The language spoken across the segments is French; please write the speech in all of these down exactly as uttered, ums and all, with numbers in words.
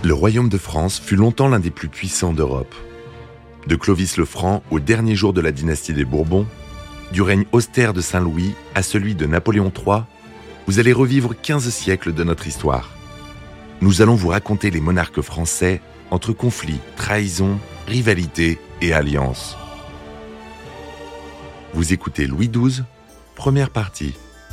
Le royaume de France fut longtemps l'un des plus puissants d'Europe. De Clovis le Franc au dernier jour de la dynastie des Bourbons, du règne austère de Saint-Louis à celui de Napoléon trois, vous allez revivre quinze siècles de notre histoire. Nous allons vous raconter les monarques français entre conflits, trahisons, rivalités et alliances. Vous écoutez Louis douze, première partie.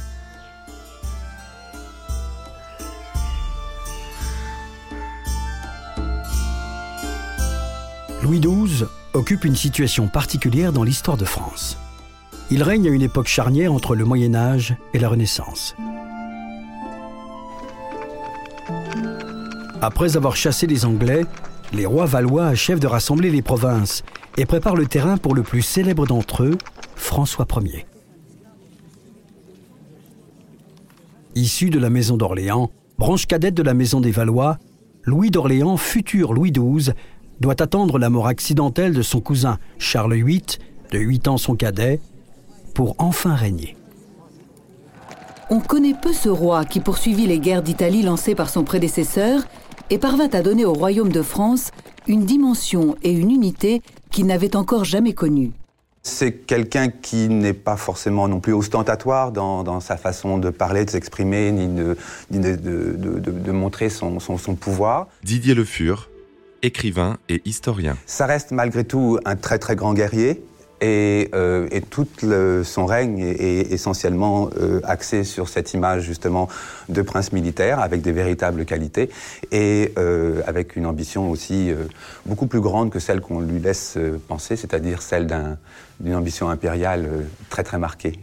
Louis douze occupe une situation particulière dans l'histoire de France. Il règne à une époque charnière entre le Moyen-Âge et la Renaissance. Après avoir chassé les Anglais, les rois valois achèvent de rassembler les provinces et préparent le terrain pour le plus célèbre d'entre eux, François Ier. Issu de la maison d'Orléans, branche cadette de la maison des Valois, Louis d'Orléans, futur Louis douze, doit attendre la mort accidentelle de son cousin Charles huit, de huit ans son cadet, pour enfin régner. On connaît peu ce roi qui poursuivit les guerres d'Italie lancées par son prédécesseur et parvint à donner au royaume de France une dimension et une unité qu'il n'avait encore jamais connues. C'est quelqu'un qui n'est pas forcément non plus ostentatoire dans, dans sa façon de parler, de s'exprimer, ni de, ni de, de, de, de, de montrer son, son, son pouvoir. Didier Le Fur, écrivain et historien. Ça reste malgré tout un très très grand guerrier et, euh, et tout le, son règne est, est essentiellement euh, axé sur cette image justement de prince militaire avec des véritables qualités et euh, avec une ambition aussi euh, beaucoup plus grande que celle qu'on lui laisse euh, penser, c'est-à-dire celle d'un, d'une ambition impériale euh, très très marquée.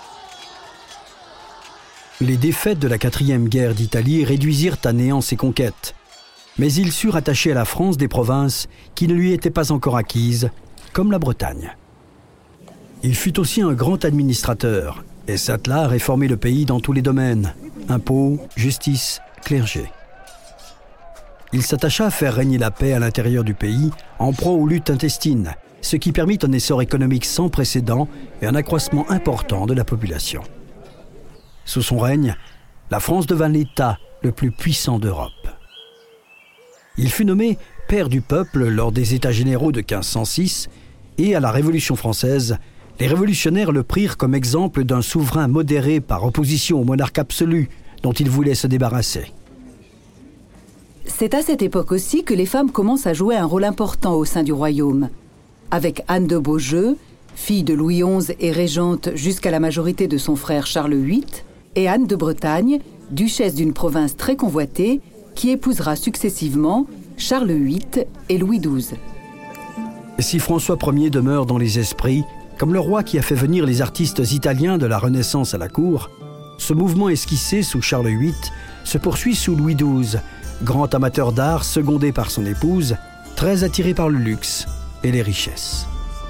Les défaites de la quatrième guerre d'Italie réduisirent à néant ses conquêtes. Mais il sut rattacher à la France des provinces qui ne lui étaient pas encore acquises, comme la Bretagne. Il fut aussi un grand administrateur et s'attela à réformer le pays dans tous les domaines, impôts, justice, clergé. Il s'attacha à faire régner la paix à l'intérieur du pays en proie aux luttes intestines, ce qui permit un essor économique sans précédent et un accroissement important de la population. Sous son règne, la France devint l'État le plus puissant d'Europe. Il fut nommé père du peuple lors des États généraux de quinze cent six et à la Révolution française, les révolutionnaires le prirent comme exemple d'un souverain modéré par opposition au monarque absolu dont il voulait se débarrasser. C'est à cette époque aussi que les femmes commencent à jouer un rôle important au sein du royaume. Avec Anne de Beaujeu, fille de Louis onze et régente jusqu'à la majorité de son frère Charles huit, et Anne de Bretagne, duchesse d'une province très convoitée, qui épousera successivement Charles huit et Louis douze. Si François Ier demeure dans les esprits, comme le roi qui a fait venir les artistes italiens de la Renaissance à la cour, ce mouvement esquissé sous Charles huit se poursuit sous Louis douze, grand amateur d'art secondé par son épouse, très attiré par le luxe et les richesses.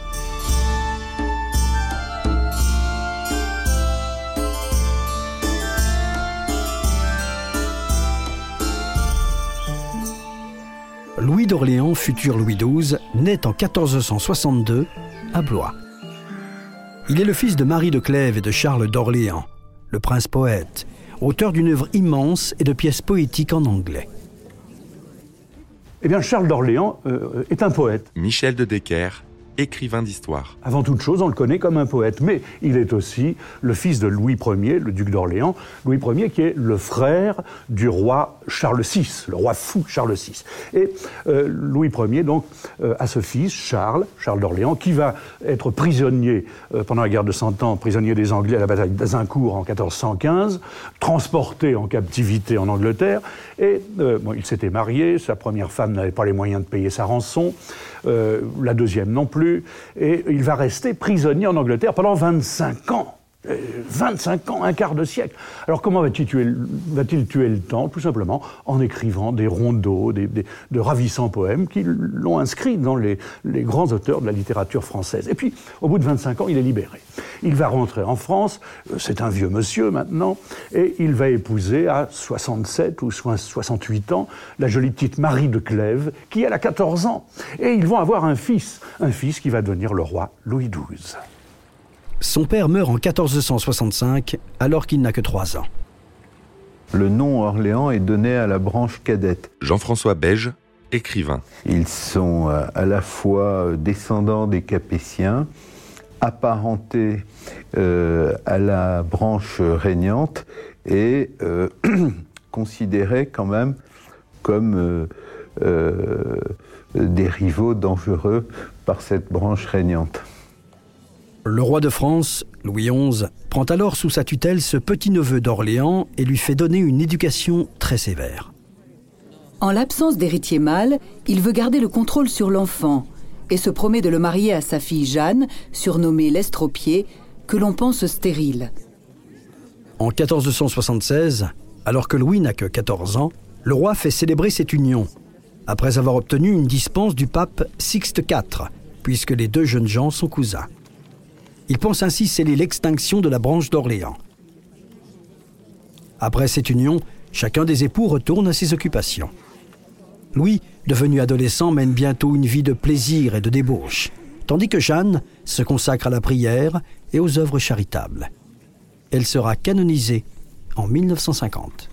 Louis d'Orléans, futur Louis douze, naît en quatorze cent soixante-deux à Blois. Il est le fils de Marie de Clèves et de Charles d'Orléans, le prince poète, auteur d'une œuvre immense et de pièces poétiques en anglais. Eh bien, Charles d'Orléans euh, est un poète. Michel de Decker, écrivain d'histoire. Avant toute chose, on le connaît comme un poète, mais il est aussi le fils de Louis Ier, le duc d'Orléans, Louis Ier qui est le frère du roi Charles six, le roi fou Charles six. Et euh, Louis Ier, donc, euh, a ce fils, Charles, Charles d'Orléans, qui va être prisonnier euh, pendant la guerre de Cent Ans, prisonnier des Anglais à la bataille d'Azincourt en quatorze cent quinze, transporté en captivité en Angleterre, et euh, bon, il s'était marié, sa première femme n'avait pas les moyens de payer sa rançon, euh, la deuxième non plus, et il va rester prisonnier en Angleterre pendant vingt-cinq ans. vingt-cinq ans, un quart de siècle. Alors comment va-t-il tuer, va-t-il tuer le temps? Tout simplement en écrivant des rondeaux, des, des, de ravissants poèmes qui l'ont inscrit dans les, les grands auteurs de la littérature française. Et puis, au bout de vingt-cinq ans, il est libéré. Il va rentrer en France, c'est un vieux monsieur maintenant, et il va épouser à soixante-sept ou soixante-huit ans la jolie petite Marie de Clèves, qui elle a quatorze ans. Et ils vont avoir un fils, un fils qui va devenir le roi Louis douze. Son père meurt en quatorze cent soixante-cinq, alors qu'il n'a que trois ans. Le nom Orléans est donné à la branche cadette. Jean-François Beige, écrivain. Ils sont à la fois descendants des Capétiens, apparentés euh, à la branche régnante et euh, considérés quand même comme euh, euh, des rivaux dangereux par cette branche régnante. Le roi de France, Louis onze, prend alors sous sa tutelle ce petit-neveu d'Orléans et lui fait donner une éducation très sévère. En l'absence d'héritier mâle, il veut garder le contrôle sur l'enfant et se promet de le marier à sa fille Jeanne, surnommée l'Estropié, que l'on pense stérile. En quatorze cent soixante-seize, alors que Louis n'a que quatorze ans, le roi fait célébrer cette union, après avoir obtenu une dispense du pape Sixte quatre, puisque les deux jeunes gens sont cousins. Il pense ainsi sceller l'extinction de la branche d'Orléans. Après cette union, chacun des époux retourne à ses occupations. Louis, devenu adolescent, mène bientôt une vie de plaisir et de débauche, tandis que Jeanne se consacre à la prière et aux œuvres charitables. Elle sera canonisée en mille neuf cent cinquante.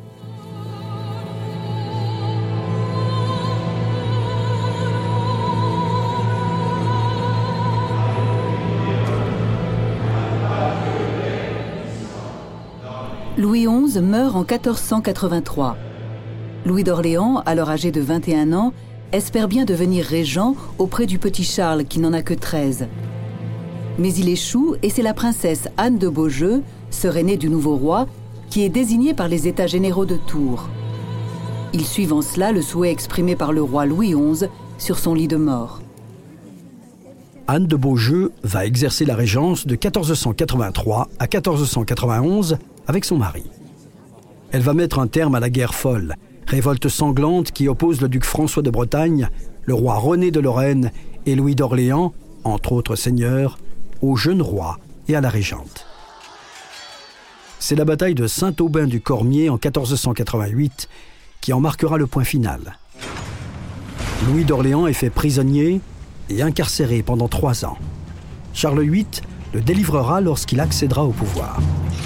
Louis onze meurt en quatorze cent quatre-vingt-trois. Louis d'Orléans, alors âgé de vingt et un ans, espère bien devenir régent auprès du petit Charles qui n'en a que treize. Mais il échoue et c'est la princesse Anne de Beaujeu, sœur aînée du nouveau roi, qui est désignée par les États généraux de Tours. Ils suivent en cela le souhait exprimé par le roi Louis onze sur son lit de mort. Anne de Beaujeu va exercer la régence de quatorze cent quatre-vingt-trois à quatorze cent quatre-vingt-onze avec son mari. Elle va mettre un terme à la guerre folle, révolte sanglante qui oppose le duc François de Bretagne, le roi René de Lorraine et Louis d'Orléans, entre autres seigneurs, au jeune roi et à la régente. C'est la bataille de Saint-Aubin du Cormier en quatorze cent quatre-vingt-huit qui en marquera le point final. Louis d'Orléans est fait prisonnier et incarcéré pendant trois ans. Charles huit le délivrera lorsqu'il accédera au pouvoir.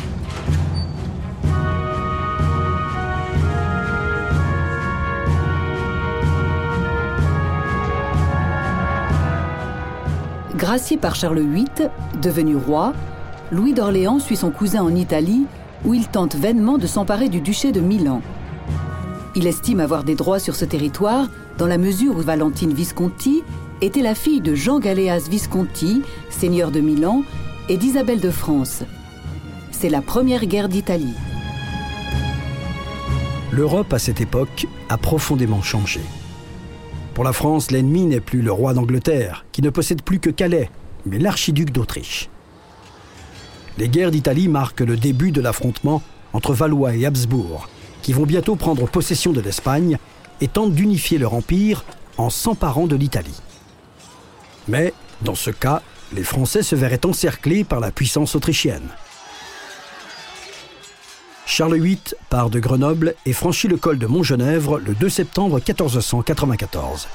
Gracié par Charles huit, devenu roi, Louis d'Orléans suit son cousin en Italie, où il tente vainement de s'emparer du duché de Milan. Il estime avoir des droits sur ce territoire, dans la mesure où Valentine Visconti était la fille de Jean Galéas Visconti, seigneur de Milan, et d'Isabelle de France. C'est la première guerre d'Italie. L'Europe, à cette époque, a profondément changé. Pour la France, l'ennemi n'est plus le roi d'Angleterre, qui ne possède plus que Calais, mais l'archiduc d'Autriche. Les guerres d'Italie marquent le début de l'affrontement entre Valois et Habsbourg, qui vont bientôt prendre possession de l'Espagne et tentent d'unifier leur empire en s'emparant de l'Italie. Mais, dans ce cas, les Français se verraient encerclés par la puissance autrichienne. Charles huit part de Grenoble et franchit le col de Montgenèvre le deux septembre quatorze cent quatre-vingt-quatorze.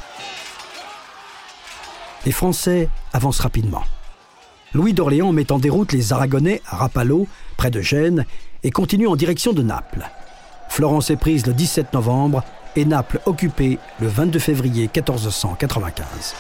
Les Français avancent rapidement. Louis d'Orléans met en déroute les Aragonais à Rapallo, près de Gênes, et continue en direction de Naples. Florence est prise le dix-sept novembre et Naples occupée le vingt-deux février quatorze cent quatre-vingt-quinze.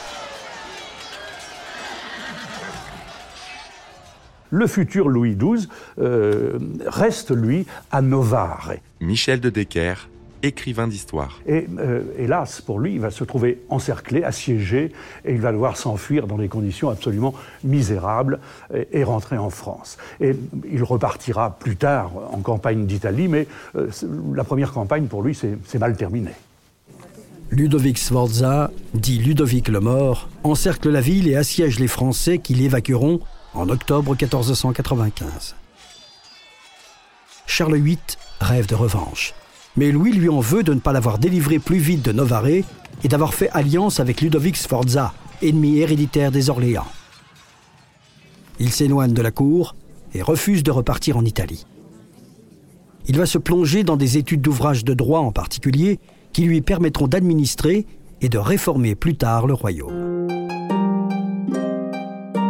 Le futur Louis douze euh, reste, lui, à Novare. Michel de Decker, écrivain d'histoire. Et euh, hélas, pour lui, il va se trouver encerclé, assiégé, et il va devoir s'enfuir dans des conditions absolument misérables et, et rentrer en France. Et il repartira plus tard en campagne d'Italie, mais euh, la première campagne, pour lui, c'est, c'est mal terminé. Ludovic Sforza, dit Ludovic le Mort, encercle la ville et assiège les Français qui l'évacueront en octobre quatorze cent quatre-vingt-quinze. Charles huit rêve de revanche, mais Louis lui en veut de ne pas l'avoir délivré plus vite de Novare et d'avoir fait alliance avec Ludovic Sforza, ennemi héréditaire des Orléans. Il s'éloigne de la cour et refuse de repartir en Italie. Il va se plonger dans des études d'ouvrages de droit en particulier qui lui permettront d'administrer et de réformer plus tard le royaume.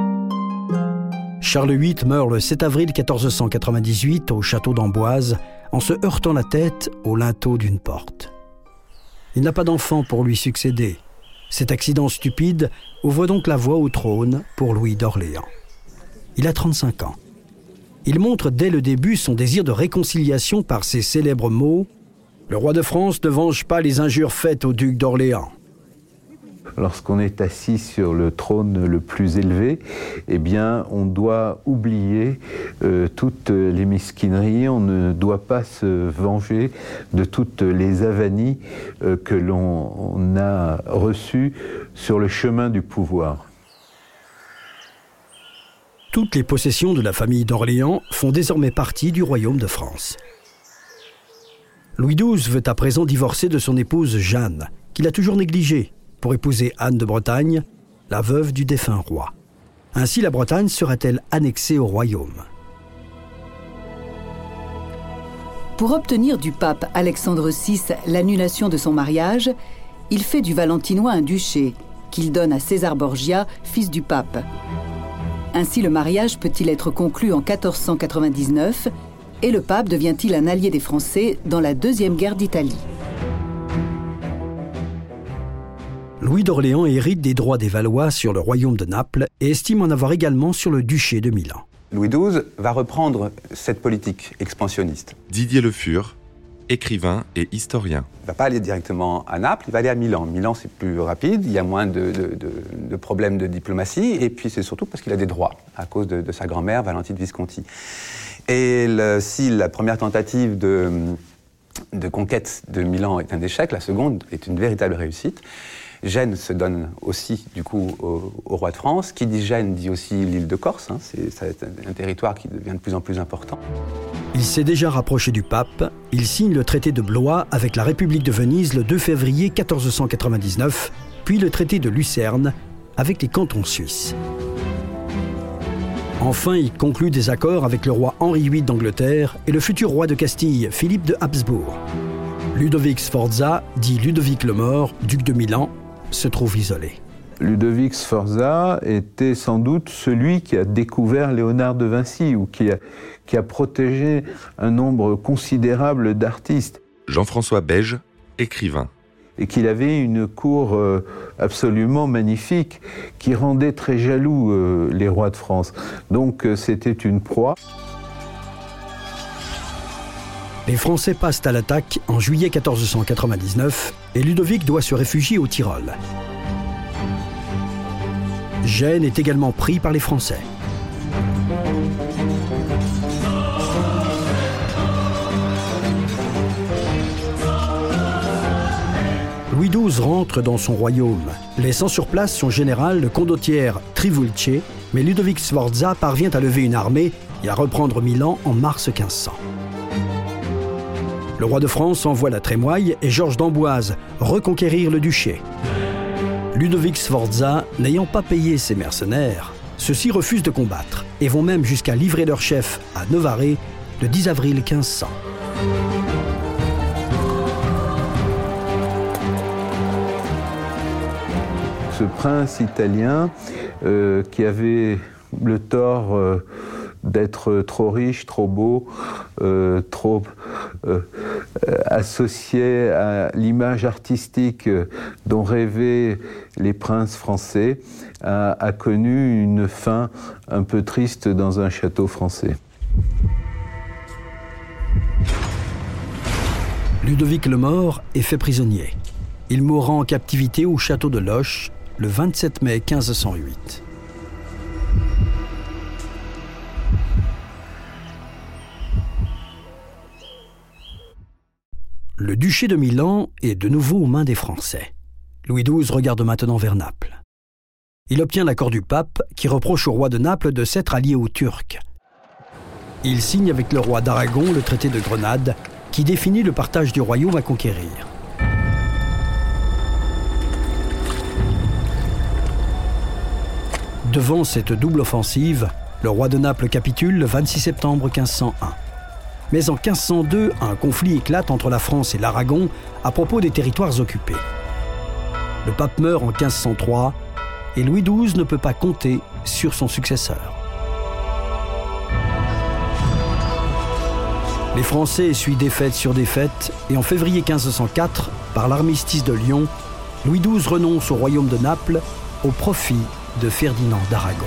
Charles huit meurt le sept avril quatorze cent quatre-vingt-dix-huit au château d'Amboise, en se heurtant la tête au linteau d'une porte. Il n'a pas d'enfant pour lui succéder. Cet accident stupide ouvre donc la voie au trône pour Louis d'Orléans. Il a trente-cinq ans. Il montre dès le début son désir de réconciliation par ses célèbres mots « Le roi de France ne venge pas les injures faites au duc d'Orléans ». Lorsqu'on est assis sur le trône le plus élevé, eh bien, on doit oublier euh, toutes les mesquineries, on ne doit pas se venger de toutes les avanies euh, que l'on a reçues sur le chemin du pouvoir. Toutes les possessions de la famille d'Orléans font désormais partie du royaume de France. Louis douze veut à présent divorcer de son épouse Jeanne, qu'il a toujours négligée, pour épouser Anne de Bretagne, la veuve du défunt roi. Ainsi, la Bretagne sera-t-elle annexée au royaume. Pour obtenir du pape Alexandre six l'annulation de son mariage, il fait du Valentinois un duché, qu'il donne à César Borgia, fils du pape. Ainsi, le mariage peut-il être conclu en quatorze cent quatre-vingt-dix-neuf et le pape devient-il un allié des Français dans la Deuxième Guerre d'Italie. Louis d'Orléans hérite des droits des Valois sur le royaume de Naples et estime en avoir également sur le duché de Milan. Louis douze va reprendre cette politique expansionniste. Didier Le Fur, écrivain et historien. Il ne va pas aller directement à Naples, il va aller à Milan. Milan, c'est plus rapide, il y a moins de, de, de, de problèmes de diplomatie, et puis c'est surtout parce qu'il a des droits, à cause de, de sa grand-mère, Valentine Visconti. Et le, si la première tentative de, de conquête de Milan est un échec, la seconde est une véritable réussite. Gênes se donne aussi, du coup, au, au roi de France. Qui dit Gênes dit aussi l'île de Corse. Hein. C'est, c'est un territoire qui devient de plus en plus important. Il s'est déjà rapproché du pape. Il signe le traité de Blois avec la République de Venise le deux février quatorze cent quatre-vingt-dix-neuf, puis le traité de Lucerne avec les cantons suisses. Enfin, il conclut des accords avec le roi Henri huit d'Angleterre et le futur roi de Castille, Philippe de Habsbourg. Ludovic Sforza, dit Ludovic le Mort, duc de Milan, se trouve isolé. Ludovic Sforza était sans doute celui qui a découvert Léonard de Vinci ou qui a, qui a protégé un nombre considérable d'artistes. Jean-François Beige, écrivain. Et qu'il avait une cour euh, absolument magnifique qui rendait très jaloux euh, les rois de France. Donc euh, c'était une proie. Les Français passent à l'attaque en juillet quatorze cent quatre-vingt-dix-neuf et Ludovic doit se réfugier au Tyrol. Gênes est également pris par les Français. Louis douze rentre dans son royaume, laissant sur place son général, le condottiere Trivulzio, mais Ludovic Sforza parvient à lever une armée et à reprendre Milan en mars quinze cents. Le roi de France envoie la Trémoille et Georges d'Amboise reconquérir le duché. Ludovic Sforza, n'ayant pas payé ses mercenaires, ceux-ci refusent de combattre et vont même jusqu'à livrer leur chef à Novare le dix avril quinze cents. Ce prince italien euh, qui avait le tort euh, d'être trop riche, trop beau, euh, trop euh, associé à l'image artistique dont rêvaient les princes français, a, a connu une fin un peu triste dans un château français. Ludovic le Mort est fait prisonnier. Il mourra en captivité au château de Loches le vingt-sept mai quinze cent huit. Le duché de Milan est de nouveau aux mains des Français. Louis douze regarde maintenant vers Naples. Il obtient l'accord du pape qui reproche au roi de Naples de s'être allié aux Turcs. Il signe avec le roi d'Aragon le traité de Grenade qui définit le partage du royaume à conquérir. Devant cette double offensive, le roi de Naples capitule le vingt-six septembre quinze cent un. Mais en quinze cent deux, un conflit éclate entre la France et l'Aragon à propos des territoires occupés. Le pape meurt en quinze cent trois et Louis douze ne peut pas compter sur son successeur. Les Français essuient défaite sur défaite et en février quinze cent quatre, par l'armistice de Lyon, Louis douze renonce au royaume de Naples au profit de Ferdinand d'Aragon.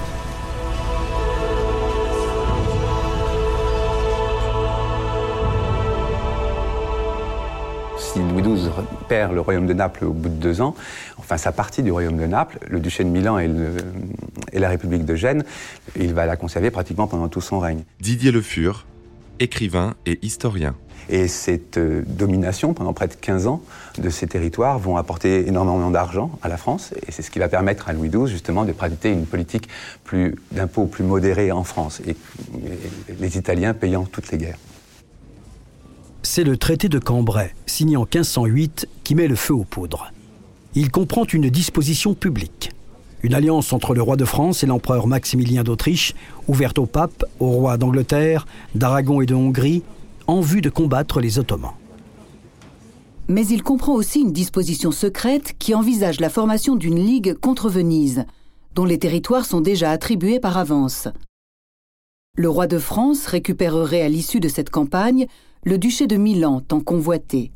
Si Louis douze perd le royaume de Naples au bout de deux ans, enfin sa partie du royaume de Naples, le duché de Milan et, le, et la République de Gênes, il va la conserver pratiquement pendant tout son règne. Didier Le Fur, écrivain et historien. Et cette euh, domination pendant près de quinze ans de ces territoires vont apporter énormément d'argent à la France, et c'est ce qui va permettre à Louis douze justement de pratiquer une politique plus, d'impôts plus modérée en France, et, et les Italiens payant toutes les guerres. C'est le traité de Cambrai, signé en quinze cent huit, qui met le feu aux poudres. Il comprend une disposition publique. Une alliance entre le roi de France et l'empereur Maximilien d'Autriche, ouverte au pape, au roi d'Angleterre, d'Aragon et de Hongrie, en vue de combattre les Ottomans. Mais il comprend aussi une disposition secrète qui envisage la formation d'une ligue contre Venise, dont les territoires sont déjà attribués par avance. Le roi de France récupérerait à l'issue de cette campagne le duché de Milan, tant convoité.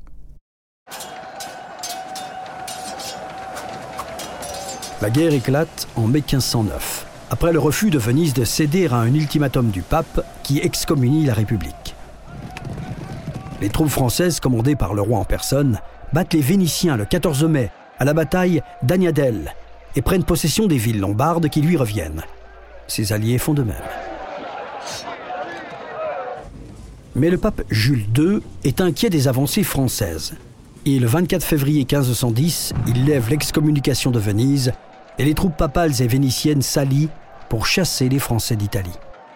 La guerre éclate en mai quinze cent neuf, après le refus de Venise de céder à un ultimatum du pape qui excommunie la République. Les troupes françaises, commandées par le roi en personne, battent les Vénitiens le quatorze mai à la bataille d'Agnadel et prennent possession des villes lombardes qui lui reviennent. Ses alliés font de même. Mais le pape Jules deux est inquiet des avancées françaises. Et le vingt-quatre février quinze cent dix, il lève l'excommunication de Venise et les troupes papales et vénitiennes s'allient pour chasser les Français d'Italie.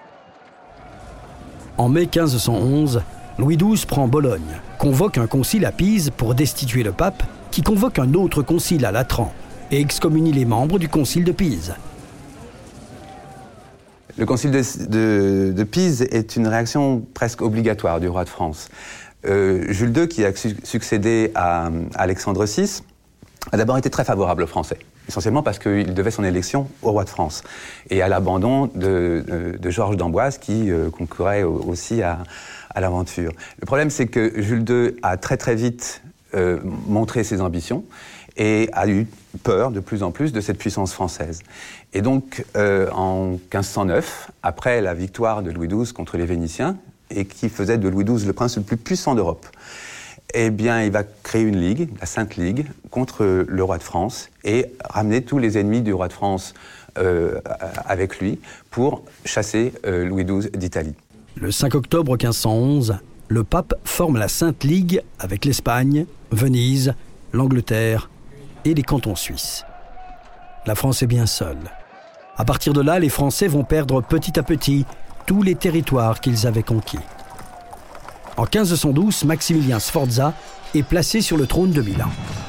En mai quinze cent onze, Louis douze prend Bologne, convoque un concile à Pise pour destituer le pape, qui convoque un autre concile à Latran et excommunie les membres du concile de Pise. Le concile de, de, de Pise est une réaction presque obligatoire du roi de France. Euh, Jules deux, qui a su- succédé à, à Alexandre six, a d'abord été très favorable aux Français, essentiellement parce qu'il devait son élection au roi de France et à l'abandon de, de, de Georges d'Amboise, qui euh, concourait aussi à, à l'aventure. Le problème, c'est que Jules deux a très très vite euh, montré ses ambitions et a eu peur de plus en plus de cette puissance française. Et donc, euh, en quinze cent neuf, après la victoire de Louis douze contre les Vénitiens, et qui faisait de Louis douze le prince le plus puissant d'Europe, eh bien, il va créer une ligue, la Sainte Ligue, contre le roi de France, et ramener tous les ennemis du roi de France euh, avec lui pour chasser euh, Louis douze d'Italie. Le cinq octobre quinze cent onze, le pape forme la Sainte Ligue avec l'Espagne, Venise, l'Angleterre et les cantons suisses. La France est bien seule. À partir de là, les Français vont perdre petit à petit tous les territoires qu'ils avaient conquis. En quinze cent douze, Maximilien Sforza est placé sur le trône de Milan.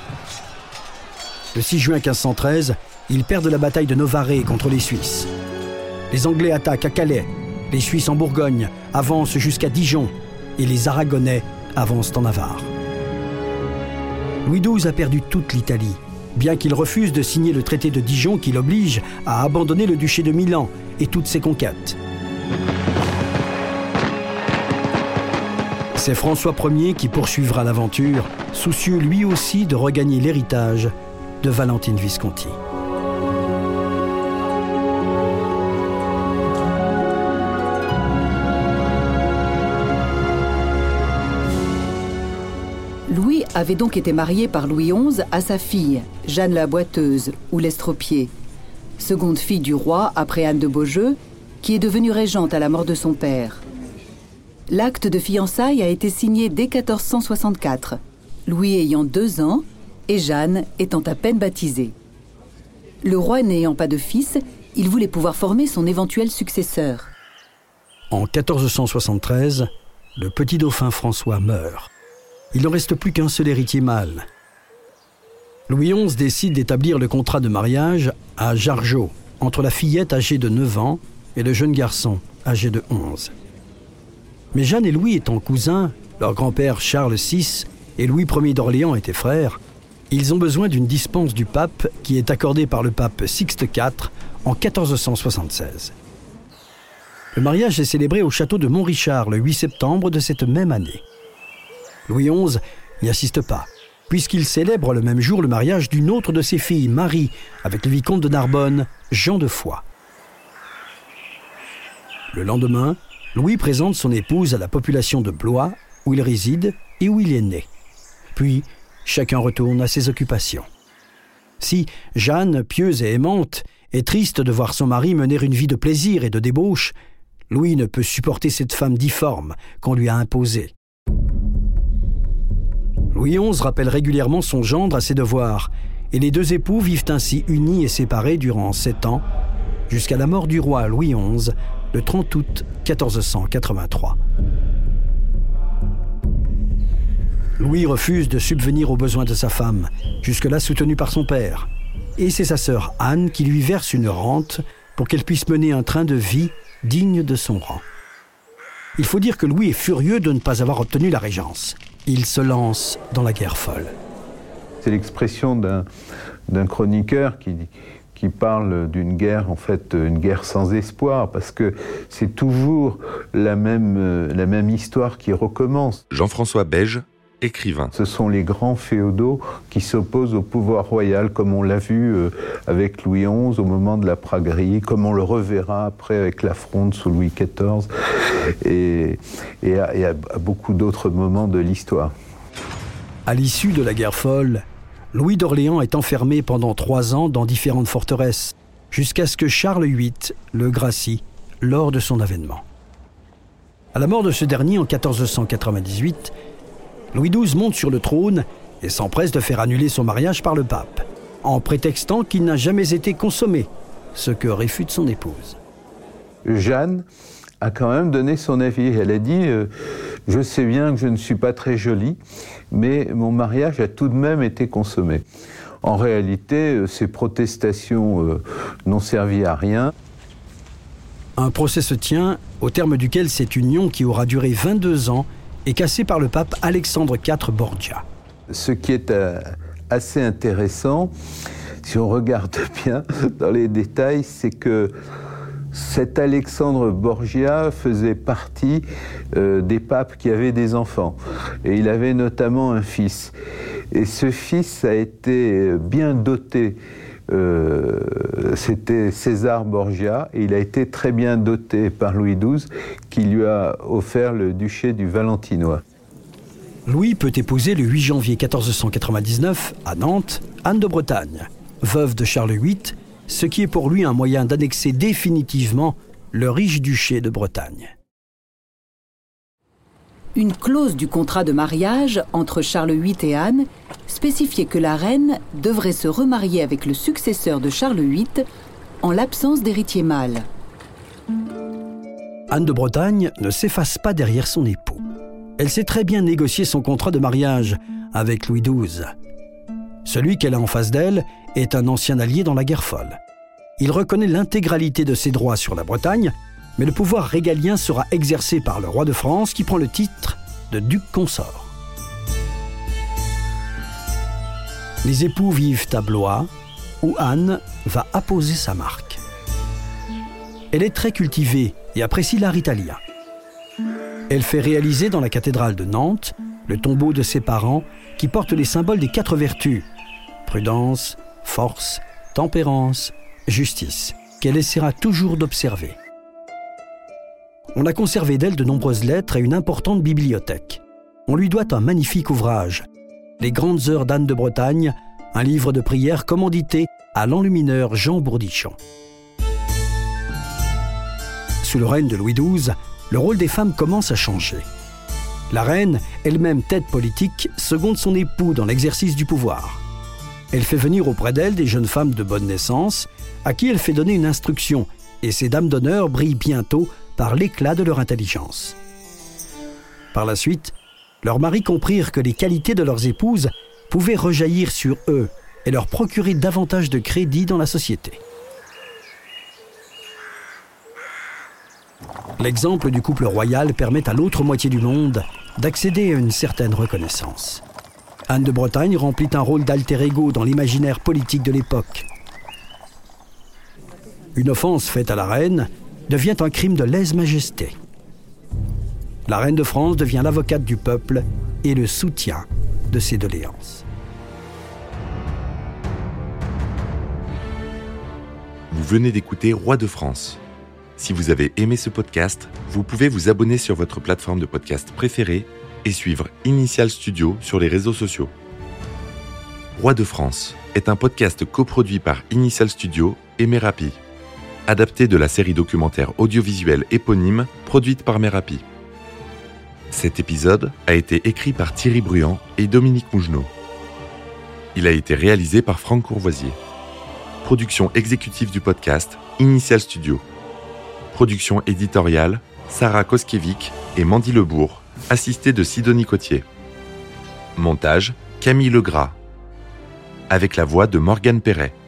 Le six juin quinze cent treize, ils perdent la bataille de Novare contre les Suisses. Les Anglais attaquent à Calais, les Suisses en Bourgogne avancent jusqu'à Dijon et les Aragonais avancent en Navarre. Louis douze a perdu toute l'Italie, bien qu'il refuse de signer le traité de Dijon qui l'oblige à abandonner le duché de Milan et toutes ses conquêtes. C'est François Ier qui poursuivra l'aventure, soucieux lui aussi de regagner l'héritage de Valentine Visconti. Louis avait donc été marié par Louis onze à sa fille, Jeanne la Boiteuse, ou l'Estropié, seconde fille du roi après Anne de Beaujeu, qui est devenue régente à la mort de son père. L'acte de fiançailles a été signé dès quatorze cent soixante-quatre, Louis ayant deux ans et Jeanne étant à peine baptisée. Le roi n'ayant pas de fils, il voulait pouvoir former son éventuel successeur. En quatorze cent soixante-treize, le petit dauphin François meurt. Il ne reste plus qu'un seul héritier mâle. Louis onze décide d'établir le contrat de mariage à Jargeau, entre la fillette âgée de neuf ans et le jeune garçon âgé de onze. Mais Jeanne et Louis étant cousins, leur grand-père Charles six et Louis Ier d'Orléans étaient frères, ils ont besoin d'une dispense du pape qui est accordée par le pape Sixte quatre en quatorze cent soixante-seize. Le mariage est célébré au château de Montrichard le huit septembre de cette même année. Louis onze n'y assiste pas, puisqu'il célèbre le même jour le mariage d'une autre de ses filles, Marie, avec le vicomte de Narbonne, Jean de Foix. Le lendemain, Louis présente son épouse à la population de Blois, où il réside et où il est né. Puis, chacun retourne à ses occupations. Si Jeanne, pieuse et aimante, est triste de voir son mari mener une vie de plaisir et de débauche, Louis ne peut supporter cette femme difforme qu'on lui a imposée. Louis onze rappelle régulièrement son gendre à ses devoirs, et les deux époux vivent ainsi unis et séparés durant sept ans, jusqu'à la mort du roi Louis onze, le trente août quatorze cent quatre-vingt-trois. Louis refuse de subvenir aux besoins de sa femme, jusque-là soutenue par son père, et c'est sa sœur Anne qui lui verse une rente pour qu'elle puisse mener un train de vie digne de son rang. Il faut dire que Louis est furieux de ne pas avoir obtenu la régence. Il se lance dans la guerre folle. C'est l'expression d'un, d'un chroniqueur qui, qui parle d'une guerre, en fait, une guerre sans espoir, parce que c'est toujours la même, la même histoire qui recommence. Jean-François Beige, écrivain. Ce sont les grands féodaux qui s'opposent au pouvoir royal, comme on l'a vu euh, avec Louis onze au moment de la Praguerie, comme on le reverra après avec la Fronde sous Louis quatorze, et, et, à, et à beaucoup d'autres moments de l'histoire. À l'issue de la guerre folle, Louis d'Orléans est enfermé pendant trois ans dans différentes forteresses, jusqu'à ce que Charles huit le gracie lors de son avènement. À la mort de ce dernier en quatorze cent quatre-vingt-dix-huit, Louis douze monte sur le trône et s'empresse de faire annuler son mariage par le pape, en prétextant qu'il n'a jamais été consommé, ce que réfute son épouse. Jeanne a quand même donné son avis. Elle a dit euh, « Je sais bien que je ne suis pas très jolie, mais mon mariage a tout de même été consommé. » En réalité, ces protestations euh, n'ont servi à rien. Un procès se tient, au terme duquel cette union, qui aura duré vingt-deux ans, est cassée par le pape Alexandre quatre Borgia. Ce qui est euh, assez intéressant, si on regarde bien dans les détails, c'est que cet Alexandre Borgia faisait partie euh, des papes qui avaient des enfants. Et il avait notamment un fils. Et ce fils a été bien doté. Euh, c'était César Borgia, et il a été très bien doté par Louis douze, qui lui a offert le duché du Valentinois. Louis peut épouser le huit janvier quatorze cent quatre-vingt-dix-neuf, à Nantes, Anne de Bretagne, veuve de Charles huit, ce qui est pour lui un moyen d'annexer définitivement le riche duché de Bretagne. Une clause du contrat de mariage entre Charles huit et Anne spécifiait que la reine devrait se remarier avec le successeur de Charles huit en l'absence d'héritier mâle. Anne de Bretagne ne s'efface pas derrière son époux. Elle sait très bien négocier son contrat de mariage avec Louis douze. Celui qu'elle a en face d'elle est un ancien allié dans la guerre folle. Il reconnaît l'intégralité de ses droits sur la Bretagne, mais le pouvoir régalien sera exercé par le roi de France qui prend le titre de duc consort. Les époux vivent à Blois, où Anne va apposer sa marque. Elle est très cultivée et apprécie l'art italien. Elle fait réaliser dans la cathédrale de Nantes le tombeau de ses parents qui porte les symboles des quatre vertus, prudence, force, tempérance, justice, qu'elle essaiera toujours d'observer. On a conservé d'elle de nombreuses lettres et une importante bibliothèque. On lui doit un magnifique ouvrage, Les Grandes Heures d'Anne de Bretagne, un livre de prières commandité à l'enlumineur Jean Bourdichon. Sous le règne de Louis douze, le rôle des femmes commence à changer. La reine, elle-même tête politique, seconde son époux dans l'exercice du pouvoir. Elle fait venir auprès d'elle des jeunes femmes de bonne naissance, à qui elle fait donner une instruction, et ces dames d'honneur brillent bientôt par l'éclat de leur intelligence. Par la suite, leurs maris comprirent que les qualités de leurs épouses pouvaient rejaillir sur eux et leur procurer davantage de crédit dans la société. L'exemple du couple royal permet à l'autre moitié du monde d'accéder à une certaine reconnaissance. Anne de Bretagne remplit un rôle d'alter ego dans l'imaginaire politique de l'époque. Une offense faite à la reine devient un crime de lèse-majesté. La reine de France devient l'avocate du peuple et le soutien de ses doléances. Vous venez d'écouter Roi de France. Si vous avez aimé ce podcast, vous pouvez vous abonner sur votre plateforme de podcast préférée et suivre Initial Studio sur les réseaux sociaux. Roi de France est un podcast coproduit par Initial Studio et Merapi, adapté de la série documentaire audiovisuelle éponyme produite par Merapi. Cet épisode a été écrit par Thierry Bruand et Dominique Mougenot. Il a été réalisé par Franck Courvoisier. Production exécutive du podcast, Initial Studio. Production éditoriale, Sarah Koskiewicz et Mandy Lebourg, assistée de Sidonie Cotier. Montage, Camille Legras. Avec la voix de Morgane Perret.